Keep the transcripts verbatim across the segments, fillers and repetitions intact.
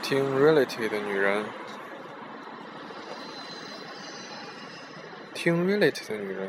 听 reality 的女人，听 reality 的女人。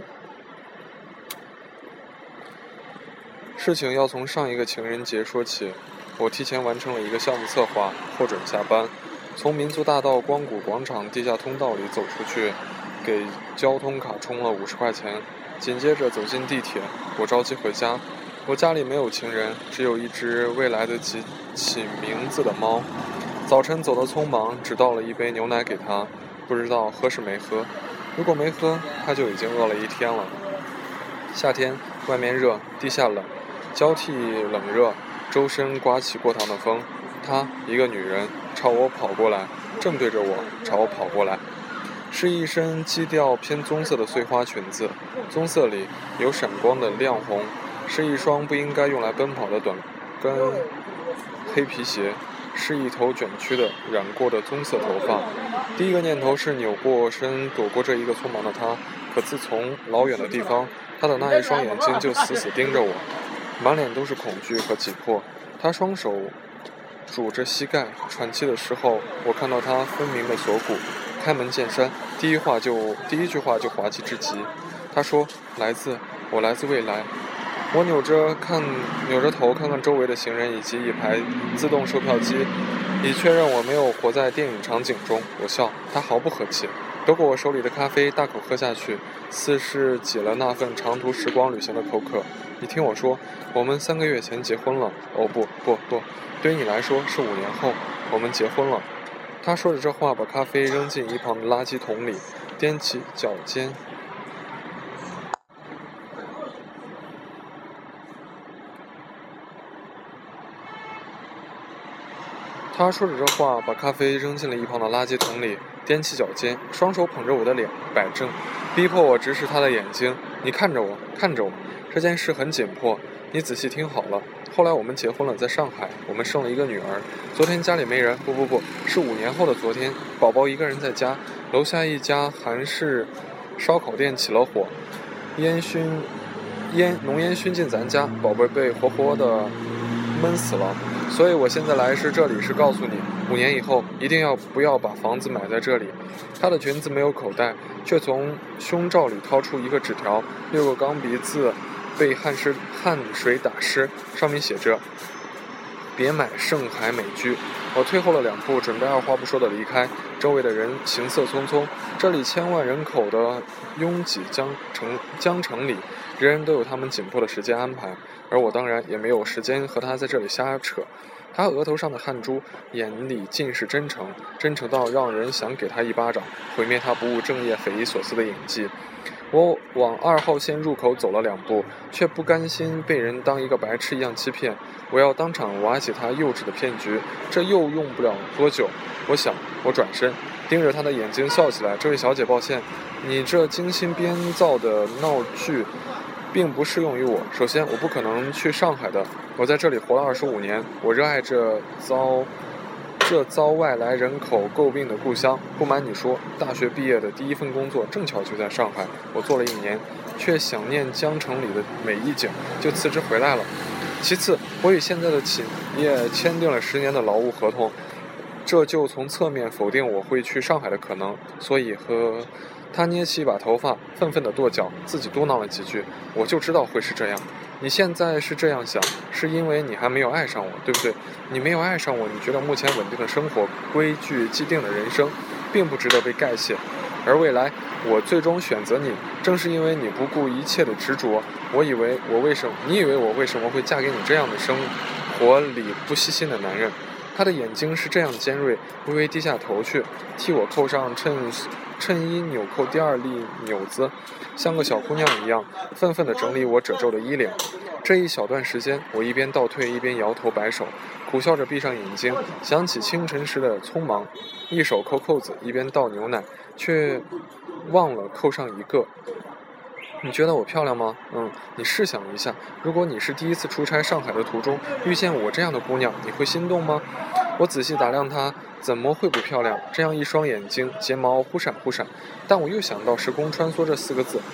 事情要从上一个情人节说起。我提前完成了一个项目策划，获准下班，从民族大道光谷广场地下通道里走出去，给交通卡充了五十块钱，紧接着走进地铁。我着急回家，我家里没有情人，只有一只未来得及起名字的猫。早晨走得匆忙，只倒了一杯牛奶给它，不知道喝是没喝。如果没喝，它就已经饿了一天了。夏天，外面热，地下冷，交替冷热，周身刮起过堂的风。她，一个女人，朝我跑过来，正对着我，朝我跑过来。是一身基调偏棕色的碎花裙子，棕色里有闪光的亮红，是一双不应该用来奔跑的短跟黑皮鞋，是一头卷曲的染过的棕色头发。第一个念头是扭过身躲过这一个匆忙的他，可自从老远的地方，他的那一双眼睛就死死盯着我，满脸都是恐惧和急迫。他双手拄着膝盖喘气的时候，我看到他分明的锁骨。开门见山，第一话就第一句话就滑稽至极。他说：“来自我来自未来。”我扭着看扭着头看看周围的行人以及一排自动售票机，以确认我没有活在电影场景中。我笑，他毫不客气，夺过我手里的咖啡，大口喝下去，似是解了那份长途时光旅行的口渴。你听我说，我们三个月前结婚了。哦不不不，对于你来说是五年后，我们结婚了。他说着这话，把咖啡扔进一旁的垃圾桶里，踮起脚尖。他说着这话，把咖啡扔进了一旁的垃圾桶里，踮起脚尖，双手捧着我的脸摆正，逼迫我直视他的眼睛。你看着我，看着我，这件事很紧迫，你仔细听好了。后来我们结婚了，在上海，我们生了一个女儿。昨天家里没人，不不不，是五年后的昨天，宝宝一个人在家。楼下一家韩式烧烤店起了火，烟熏烟浓烟熏进咱家，宝贝被活活的闷死了。所以我现在来是这里是告诉你，五年以后一定要不要把房子买在这里。她的裙子没有口袋，却从胸罩里掏出一个纸条，六个钢笔字被汗湿汗水打湿，上面写着：别买盛海美居。我退后了两步，准备二话不说的离开。周围的人行色匆匆，这里千万人口的拥挤江城江城里，人人都有他们紧迫的时间安排，而我当然也没有时间和他在这里瞎扯。他额头上的汗珠，眼里尽是真诚，真诚到让人想给他一巴掌，毁灭他不务正业、匪夷所思的演技。我往二号线入口走了两步，却不甘心被人当一个白痴一样欺骗。我要当场瓦解他幼稚的骗局，这又用不了多久。我想，我转身盯着他的眼睛笑起来。这位小姐，抱歉，你这精心编造的闹剧并不适用于我。首先，我不可能去上海的，我在这里活了二十五年，我热爱这遭这遭外来人口诟病的故乡。不瞒你说，大学毕业的第一份工作正巧就在上海，我做了一年，却想念江城里的每一景，就辞职回来了。其次，我与现在的企业签订了十年的劳务合同，这就从侧面否定我会去上海的可能。所以和他捏起一把头发，愤愤地跺脚，自己嘟囔了几句。我就知道会是这样。你现在是这样想，是因为你还没有爱上我，对不对？你没有爱上我，你觉得目前稳定的生活、规矩既定的人生，并不值得被盖谢。而未来，我最终选择你，正是因为你不顾一切的执着。我以为我为什么？你以为我为什么会嫁给你这样的生活里不细心的男人？他的眼睛是这样尖锐，微微低下头去，替我扣上衬衬衣纽扣第二粒纽子，像个小姑娘一样，愤愤地整理我褶皱的衣领。这一小段时间，我一边倒退，一边摇头摆手，苦笑着闭上眼睛，想起清晨时的匆忙，一手扣扣子，一边倒牛奶，却忘了扣上一个。你觉得我漂亮吗？嗯，你试想一下，如果你是第一次出差上海的途中遇见我这样的姑娘，你会心动吗？我仔细打量她，怎么会不漂亮？这样一双眼睛，睫毛忽闪忽闪。但我又想到时空穿梭这四个字，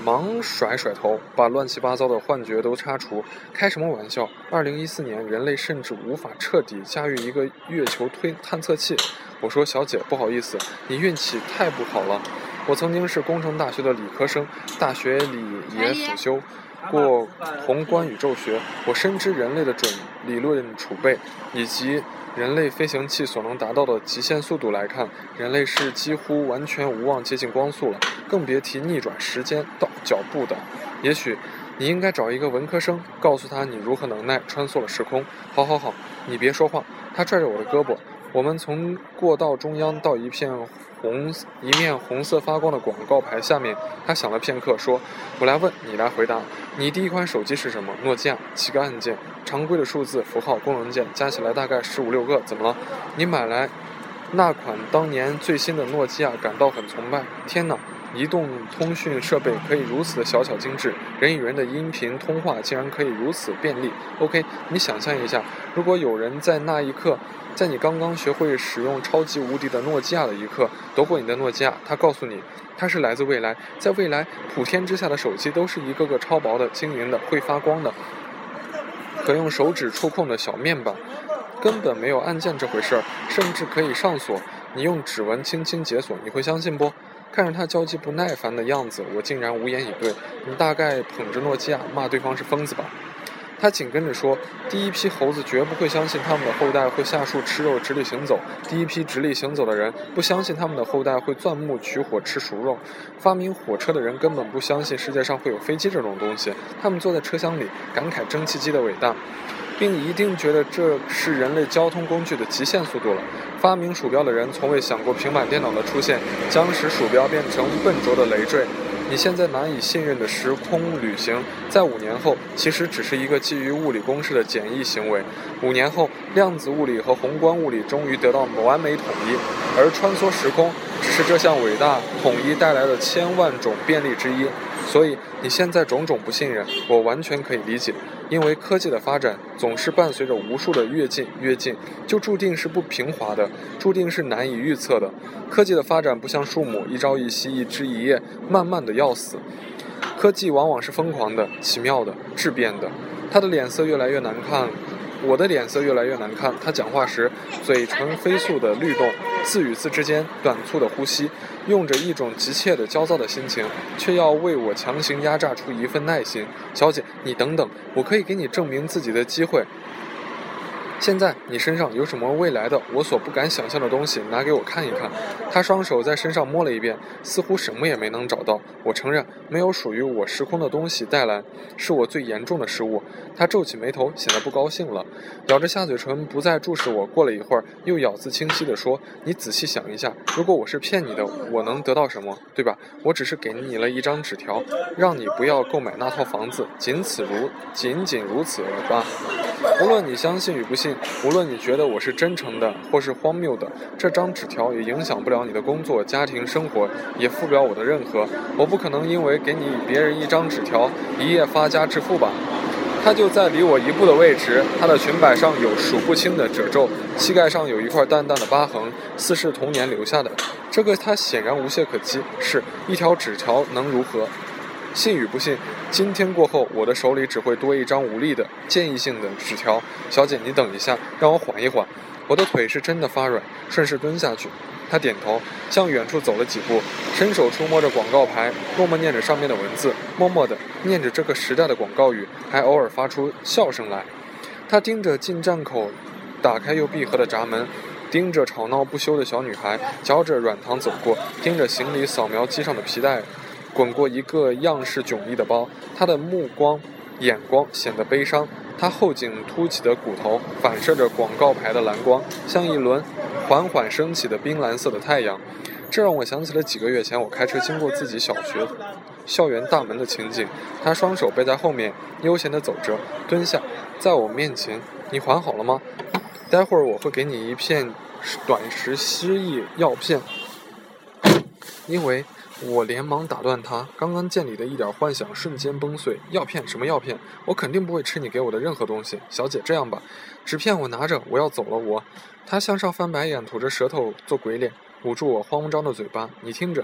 忙甩甩头，把乱七八糟的幻觉都擦除。开什么玩笑？二零一四年，人类甚至无法彻底驾驭一个月球推探测器。我说，小姐，不好意思，你运气太不好了。我曾经是工程大学的理科生，大学里也辅修过宏观宇宙学，我深知人类的准理论储备以及人类飞行器所能达到的极限速度来看，人类是几乎完全无望接近光速了，更别提逆转时间到脚步的。也许你应该找一个文科生，告诉他你如何能耐穿梭了时空。好好好，你别说话。他拽着我的胳膊，我们从过道中央到一片红一面红色发光的广告牌下面。他想了片刻，说：“我来问，你来回答。你第一款手机是什么？诺基亚，七个按键，常规的数字符号功能键加起来大概十五六个。怎么了？你买来那款当年最新的诺基亚，感到很崇拜。天哪！移动通讯设备可以如此的小巧精致，人与人的音频通话竟然可以如此便利。OK， 你想象一下，如果有人在那一刻，在你刚刚学会使用超级无敌的诺基亚的一刻，夺过你的诺基亚，他告诉你，它是来自未来，在未来，普天之下的手机都是一个个超薄的、晶莹的、会发光的，可用手指触控的小面板，根本没有按键这回事儿，甚至可以上锁，你用指纹轻轻解锁，你会相信不？看着他焦急不耐烦的样子，我竟然无言以对。你大概捧着诺基亚骂对方是疯子吧？他紧跟着说，第一批猴子绝不会相信他们的后代会下树吃肉直立行走，第一批直立行走的人不相信他们的后代会钻木取火吃熟肉，发明火车的人根本不相信世界上会有飞机这种东西，他们坐在车厢里感慨蒸汽机的伟大，并一定觉得这是人类交通工具的极限速度了。发明鼠标的人从未想过平板电脑的出现将使鼠标变成笨拙的累赘。你现在难以信任的时空旅行，在五年后其实只是一个基于物理公式的简易行为。五年后，量子物理和宏观物理终于得到完美统一，而穿梭时空只是这项伟大统一带来的千万种便利之一。所以你现在种种不信任，我完全可以理解，因为科技的发展总是伴随着无数的跃进，跃进就注定是不平滑的，注定是难以预测的。科技的发展不像树木，一朝一夕，一枝一叶，慢慢的要死。科技往往是疯狂的、奇妙的、质变的。他的脸色越来越难看，我的脸色越来越难看。他讲话时，嘴唇飞速的律动，字与字之间短促的呼吸，用着一种急切的焦躁的心情，却要为我强行压榨出一份耐心。小姐，你等等，我可以给你证明自己的机会。现在你身上有什么未来的我所不敢想象的东西，拿给我看一看。他双手在身上摸了一遍，似乎什么也没能找到。我承认，没有属于我时空的东西带来，是我最严重的失误。他皱起眉头，显得不高兴了，咬着下嘴唇，不再注视我。过了一会儿，又咬字清晰地说：“你仔细想一下，如果我是骗你的，我能得到什么？对吧？我只是给你了一张纸条，让你不要购买那套房子，仅此如仅仅如此而罢。无论你相信与不信，无论你觉得我是真诚的或是荒谬的，这张纸条也影响不了你的工作、家庭、生活，也负不了我的任何。我不可能因为给你别人一张纸条，一夜发家致富吧。”他就在离我一步的位置，他的裙摆上有数不清的褶皱，膝盖上有一块淡淡的疤痕，似是童年留下的。这个他显然无懈可击，是一条纸条能如何？信与不信，今天过后，我的手里只会多一张无力的、建议性的纸条。小姐，你等一下，让我缓一缓。我的腿是真的发软，顺势蹲下去。他点头，向远处走了几步，伸手触摸着广告牌，默默念着上面的文字，默默地念着这个时代的广告语，还偶尔发出笑声来。他盯着进站口打开又闭合的闸门，盯着吵闹不休的小女孩，嚼着软糖走过，盯着行李扫描机上的皮带滚过一个样式迥异的包。他的目光眼光显得悲伤，他后颈凸起的骨头反射着广告牌的蓝光，像一轮缓缓升起的冰蓝色的太阳。这让我想起了几个月前我开车经过自己小学校园大门的情景。他双手背在后面，悠闲地走着，蹲下，在我面前。你缓好了吗？待会儿我会给你一片短时失忆药片。因为我连忙打断他，刚刚建立的一点幻想瞬间崩碎。药片？什么药片？我肯定不会吃你给我的任何东西。小姐，这样吧，纸片我拿着，我要走了。我……他向上翻白眼，吐着舌头做鬼脸，捂住我慌张的嘴巴。你听着，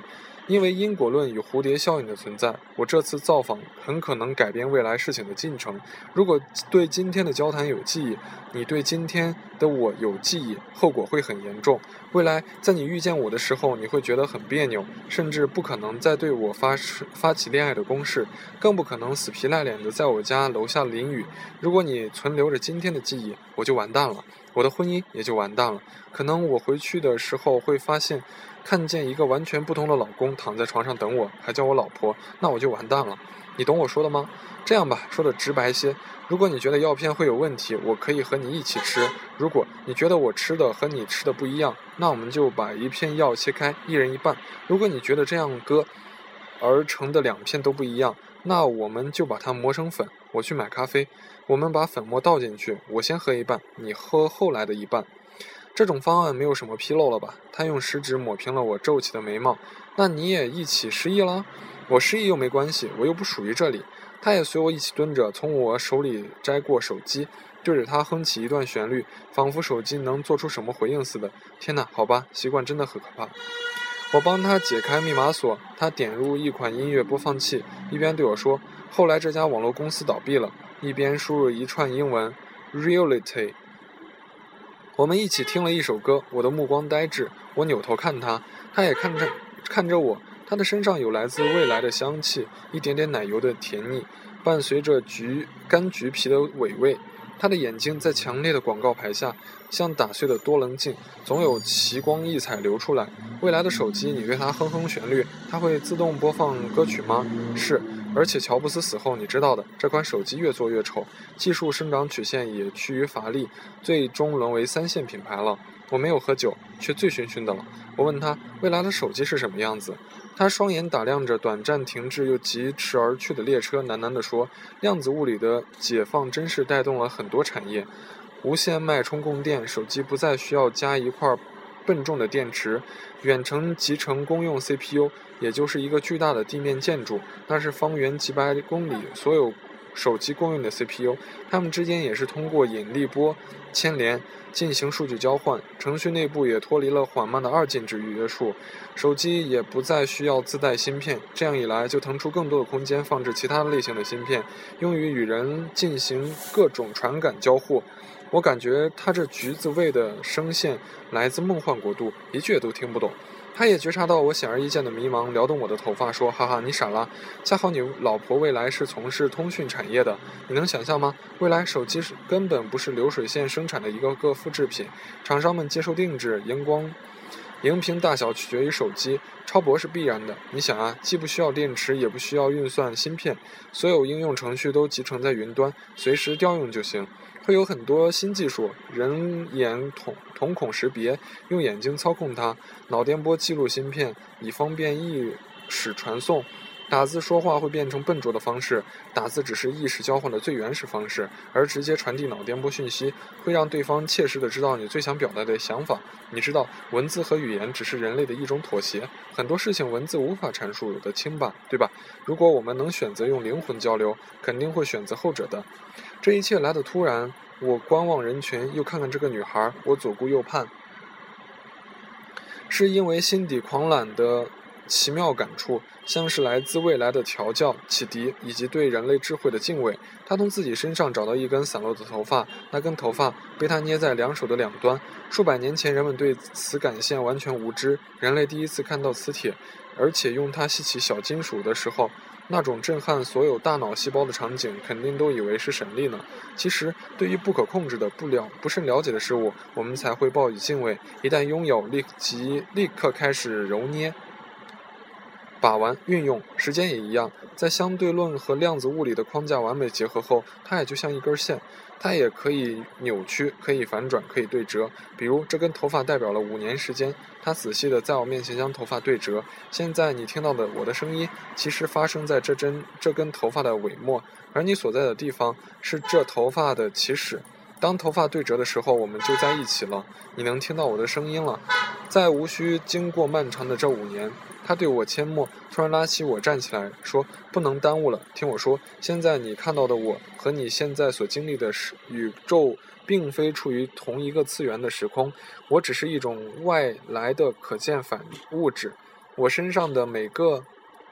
因为因果论与蝴蝶效应的存在，我这次造访很可能改变未来事情的进程。如果对今天的交谈有记忆，你对今天的我有记忆，后果会很严重。未来在你遇见我的时候，你会觉得很别扭，甚至不可能再对我发发起恋爱的攻势，更不可能死皮赖脸的在我家楼下淋雨。如果你存留着今天的记忆，我就完蛋了，我的婚姻也就完蛋了。可能我回去的时候会发现看见一个完全不同的老公躺在床上等我，还叫我老婆，那我就完蛋了。你懂我说的吗？这样吧，说的直白些，如果你觉得药片会有问题，我可以和你一起吃。如果你觉得我吃的和你吃的不一样，那我们就把一片药切开，一人一半。如果你觉得这样割而成的两片都不一样，那我们就把它磨成粉。我去买咖啡，我们把粉末倒进去，我先喝一半，你喝后来的一半。这种方案没有什么纰漏了吧？他用食指抹平了我皱起的眉毛。那你也一起失忆了？我失忆又没关系，我又不属于这里。他也随我一起蹲着，从我手里摘过手机，对着他哼起一段旋律，仿佛手机能做出什么回应似的。天哪，好吧，习惯真的很可怕。我帮他解开密码锁，他点入一款音乐播放器，一边对我说，后来这家网络公司倒闭了，一边输入一串英文 Reality。我们一起听了一首歌，我的目光呆滞，我扭头看他，他也看着看着我，他的身上有来自未来的香气，一点点奶油的甜腻，伴随着橘柑橘皮的尾味。他的眼睛在强烈的广告牌下像打碎的多棱镜，总有奇光异彩流出来。未来的手机，你对它哼哼旋律，它会自动播放歌曲吗？是，而且乔布斯死后，你知道的，这款手机越做越丑，技术生长曲线也趋于乏力，最终沦为三线品牌了。我没有喝酒，却醉醺醺的了。我问他未来的手机是什么样子，他双眼打量着短暂停滞又疾驰而去的列车，喃喃地说，量子物理的解放真是带动了很多产业，无线脉冲供电，手机不再需要加一块笨重的电池，远程集成公用 C P U， 也就是一个巨大的地面建筑，那是方圆几百公里所有手机共用的 C P U， 它们之间也是通过引力波牵连进行数据交换，程序内部也脱离了缓慢的二进制约束，手机也不再需要自带芯片，这样一来就腾出更多的空间放置其他类型的芯片，用于与人进行各种传感交互。我感觉他这橘子味的声线来自梦幻国度，一句也都听不懂。他也觉察到我显而易见的迷茫，撩动我的头发说，哈哈，你傻了，恰好你老婆未来是从事通讯产业的，你能想象吗？未来手机是根本不是流水线生产的一个个复制品，厂商们接受定制，荧光荧屏大小取决于手机，超薄是必然的。你想啊，既不需要电池，也不需要运算芯片，所有应用程序都集成在云端，随时调用就行。会有很多新技术，人眼瞳瞳孔识别，用眼睛操控它，脑电波记录芯片，以方便意识传送。打字说话会变成笨拙的方式，打字只是意识交换的最原始方式，而直接传递脑电波讯息，会让对方切实的知道你最想表达的想法。你知道，文字和语言只是人类的一种妥协，很多事情文字无法阐述的清吧，对吧？如果我们能选择用灵魂交流，肯定会选择后者的。这一切来得突然，我观望人群，又看看这个女孩，我左顾右盼，是因为心底狂揽的奇妙感触，像是来自未来的调教、启迪以及对人类智慧的敬畏。他从自己身上找到一根散落的头发，那根头发被他捏在两手的两端。数百年前人们对磁感线完全无知，人类第一次看到磁铁，而且用它吸起小金属的时候，那种震撼所有大脑细胞的场景，肯定都以为是神力呢。其实，对于不可控制的、不了不甚了解的事物，我们才会抱以敬畏。一旦拥有，立即立刻开始揉捏、把玩、运用。时间也一样，在相对论和量子物理的框架完美结合后，它也就像一根线。它也可以扭曲，可以反转，可以对折。比如这根头发代表了五年时间，它仔细地在我面前将头发对折。现在你听到的我的声音，其实发生在这针这根头发的尾末，而你所在的地方是这头发的起始。当头发对折的时候，我们就在一起了。你能听到我的声音了。在无需经过漫长的这五年，他对我缄默，突然拉起我站起来，说：“不能耽误了，听我说，现在你看到的我和你现在所经历的宇宙，并非处于同一个次元的时空，我只是一种外来的可见反物质。 我身上的每个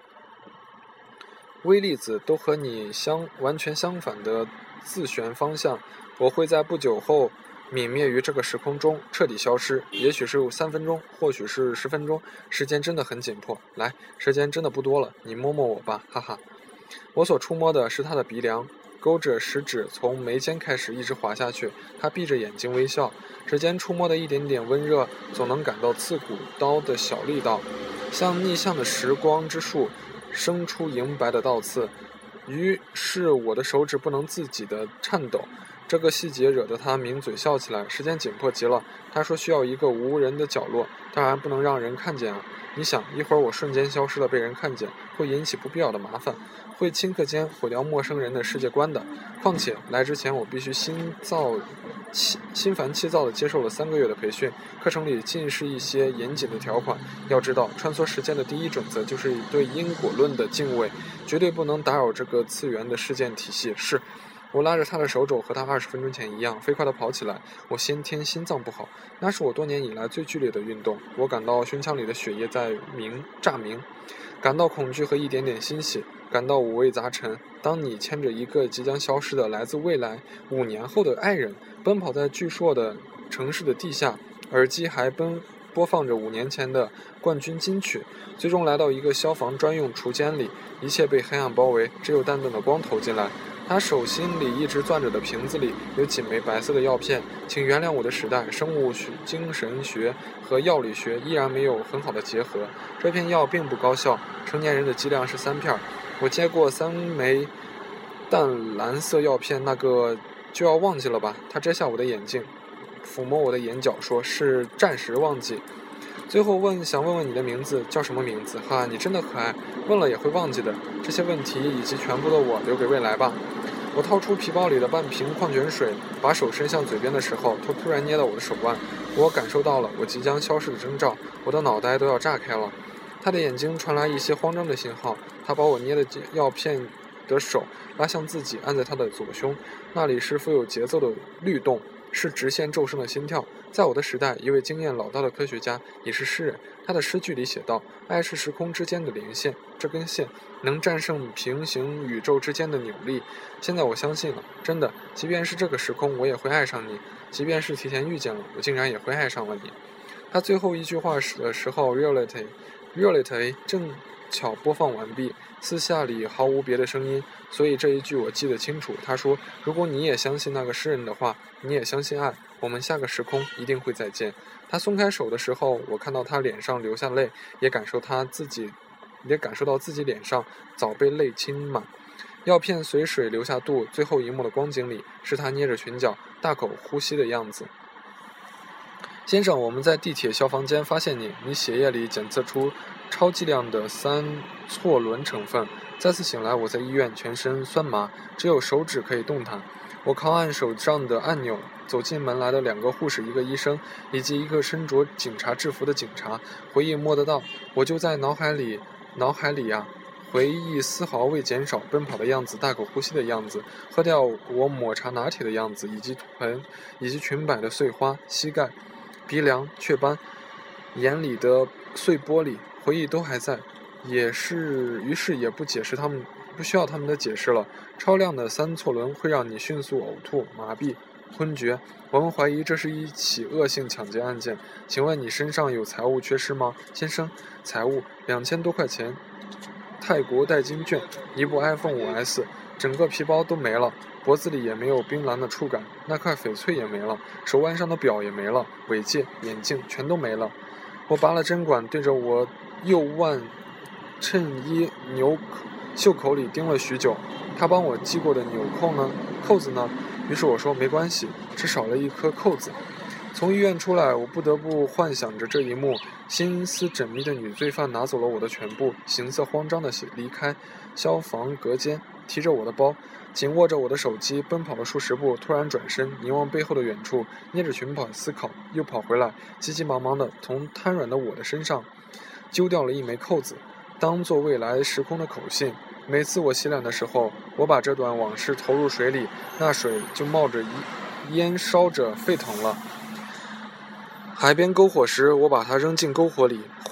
微粒子都和你相完全相反的自旋方向，我会在不久后泯灭于这个时空中，彻底消失。也许是三分钟，或许是十分钟，时间真的很紧迫。来，时间真的不多了，你摸摸我吧，哈哈。我所触摸的是他的鼻梁，勾着食指从眉间开始一直滑下去。他闭着眼睛微笑，指尖触摸的一点点温热，总能感到刺骨刀的小力道，像逆向的时光之树生出银白的倒刺。于是我的手指不能自己的颤抖。这个细节惹得他抿嘴笑起来。时间紧迫极了，他说需要一个无人的角落，当然不能让人看见啊。你想，一会儿我瞬间消失了被人看见，会引起不必要的麻烦，会顷刻间毁掉陌生人的世界观的。况且来之前我必须心躁心心烦气躁地接受了三个月的培训，课程里尽是一些严谨的条款。要知道，穿梭时间的第一准则就是对因果论的敬畏，绝对不能打扰这个次元的事件体系。是，我拉着他的手肘，和他二十分钟前一样，飞快地跑起来。我先天心脏不好，那是我多年以来最剧烈的运动。我感到胸腔里的血液在鸣炸鸣，感到恐惧和一点点欣喜，感到五味杂陈。当你牵着一个即将消失的来自未来五年后的爱人，奔跑在巨硕的城市的地下，耳机还奔播放着五年前的冠军金曲，最终来到一个消防专用厨间里，一切被黑暗包围，只有淡淡的光投进来。他手心里一直攥着的瓶子里有几枚白色的药片，请原谅我的时代，生物学、精神学和药理学依然没有很好的结合。这片药并不高效，成年人的剂量是三片。我接过三枚淡蓝色药片，那个就要忘记了吧？他遮下我的眼睛，抚摸我的眼角，说是暂时忘记。最后问想问问你的名字，叫什么名字？哈，你真的可爱，问了也会忘记的。这些问题以及全部的我留给未来吧。我掏出皮包里的半瓶矿泉水，把手伸向嘴边的时候，他突然捏到我的手腕。我感受到了我即将消失的征兆，我的脑袋都要炸开了。他的眼睛传来一些慌张的信号，他把我捏的药片的手拉向自己，按在他的左胸，那里是富有节奏的律动，是直线骤升的心跳。在我的时代，一位经验老道的科学家，也是诗人，他的诗句里写道：爱是时空之间的连线，这根线能战胜平行宇宙之间的扭力。现在我相信了，真的，即便是这个时空，我也会爱上你；即便是提前遇见了，我竟然也会爱上了你。他最后一句话的时候 reality reality 正巧播放完毕，私下里毫无别的声音，所以这一句我记得清楚。他说，如果你也相信那个诗人的话，你也相信爱，我们下个时空一定会再见。他松开手的时候，我看到他脸上流下泪，也感受他自己也感受到自己脸上早被泪浸满。药片随水流下肚，最后一幕的光景里是他捏着裙角大口呼吸的样子。先生，我们在地铁消防间发现你，你血液里检测出超剂量的三唑仑成分。再次醒来，我在医院，全身酸麻，只有手指可以动弹。我靠按手上的按钮，走进门来的两个护士，一个医生，以及一个身着警察制服的警察。回忆摸得到，我就在脑海里，脑海里呀、啊，回忆丝毫未减少，奔跑的样子，大口呼吸的样子，喝掉我抹茶拿铁的样子，以及臀，以及裙摆的碎花，膝盖。鼻梁、雀斑、眼里的碎玻璃，回忆都还在，也是，于是也不解释他们，不需要他们的解释了。超量的三唑仑会让你迅速呕吐、麻痹、昏厥。我们怀疑这是一起恶性抢劫案件。请问你身上有财物缺失吗，先生？财物两千多块钱，泰国代金券，一部 iPhone 五 S， 整个皮包都没了。脖子里也没有冰蓝的触感，那块翡翠也没了，手腕上的表也没了，尾戒、眼镜全都没了。我拔了针管，对着我右腕衬衣纽袖口里盯了许久。他帮我系过的纽扣呢？扣子呢？于是我说没关系，只少了一颗扣子。从医院出来，我不得不幻想着这一幕：心思缜密的女罪犯拿走了我的全部，形色慌张地离开消防隔间，提着我的包，紧握着我的手机，奔跑了数十步，突然转身凝望背后的远处，捏着裙摆思考，又跑回来，急急忙忙地从瘫软的我的身上揪掉了一枚扣子，当作未来时空的口信。每次我洗脸的时候，我把这段往事投入水里，那水就冒着烟烧着沸腾了。海边篝火时，我把它扔进篝火里，火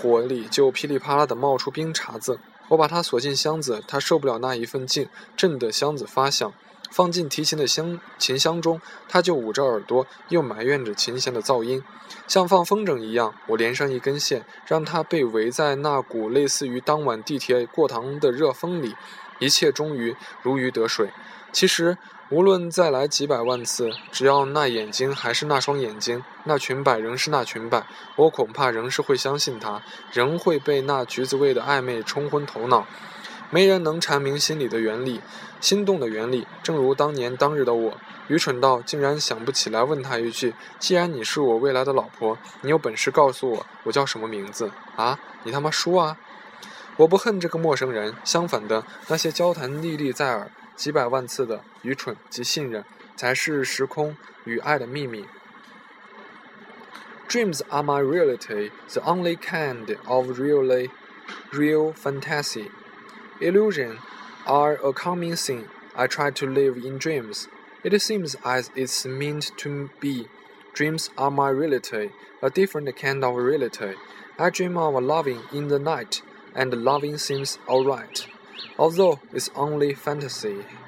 火里就噼里啪啦地冒出冰碴子。我把它锁进箱子，它受不了那一份劲，震得箱子发响。放进提琴的箱琴箱中，它就捂着耳朵，又埋怨着琴弦的噪音，像放风筝一样。我连上一根线，让它被围在那股类似于当晚地铁过堂的热风里，一切终于如鱼得水。其实无论再来几百万次，只要那眼睛还是那双眼睛，那裙摆仍是那裙摆，我恐怕仍是会相信它，仍会被那橘子味的暧昧冲昏头脑。没人能阐明心理的原理，心动的原理，正如当年当日的我，愚蠢到竟然想不起来问他一句：既然你是我未来的老婆，你有本事告诉我，我叫什么名字啊？你他妈说啊！我不恨这个陌生人，相反的，那些交谈历历在耳、几百万次的愚蠢及信任，才是时空与爱的秘密。Dreams are my reality, the only kind of really real fantasy.Illusions are a common thing. I try to live in dreams. It seems as it's meant to be. Dreams are my reality, a different kind of reality. I dream of loving in the night, and loving seems alright, although it's only fantasy.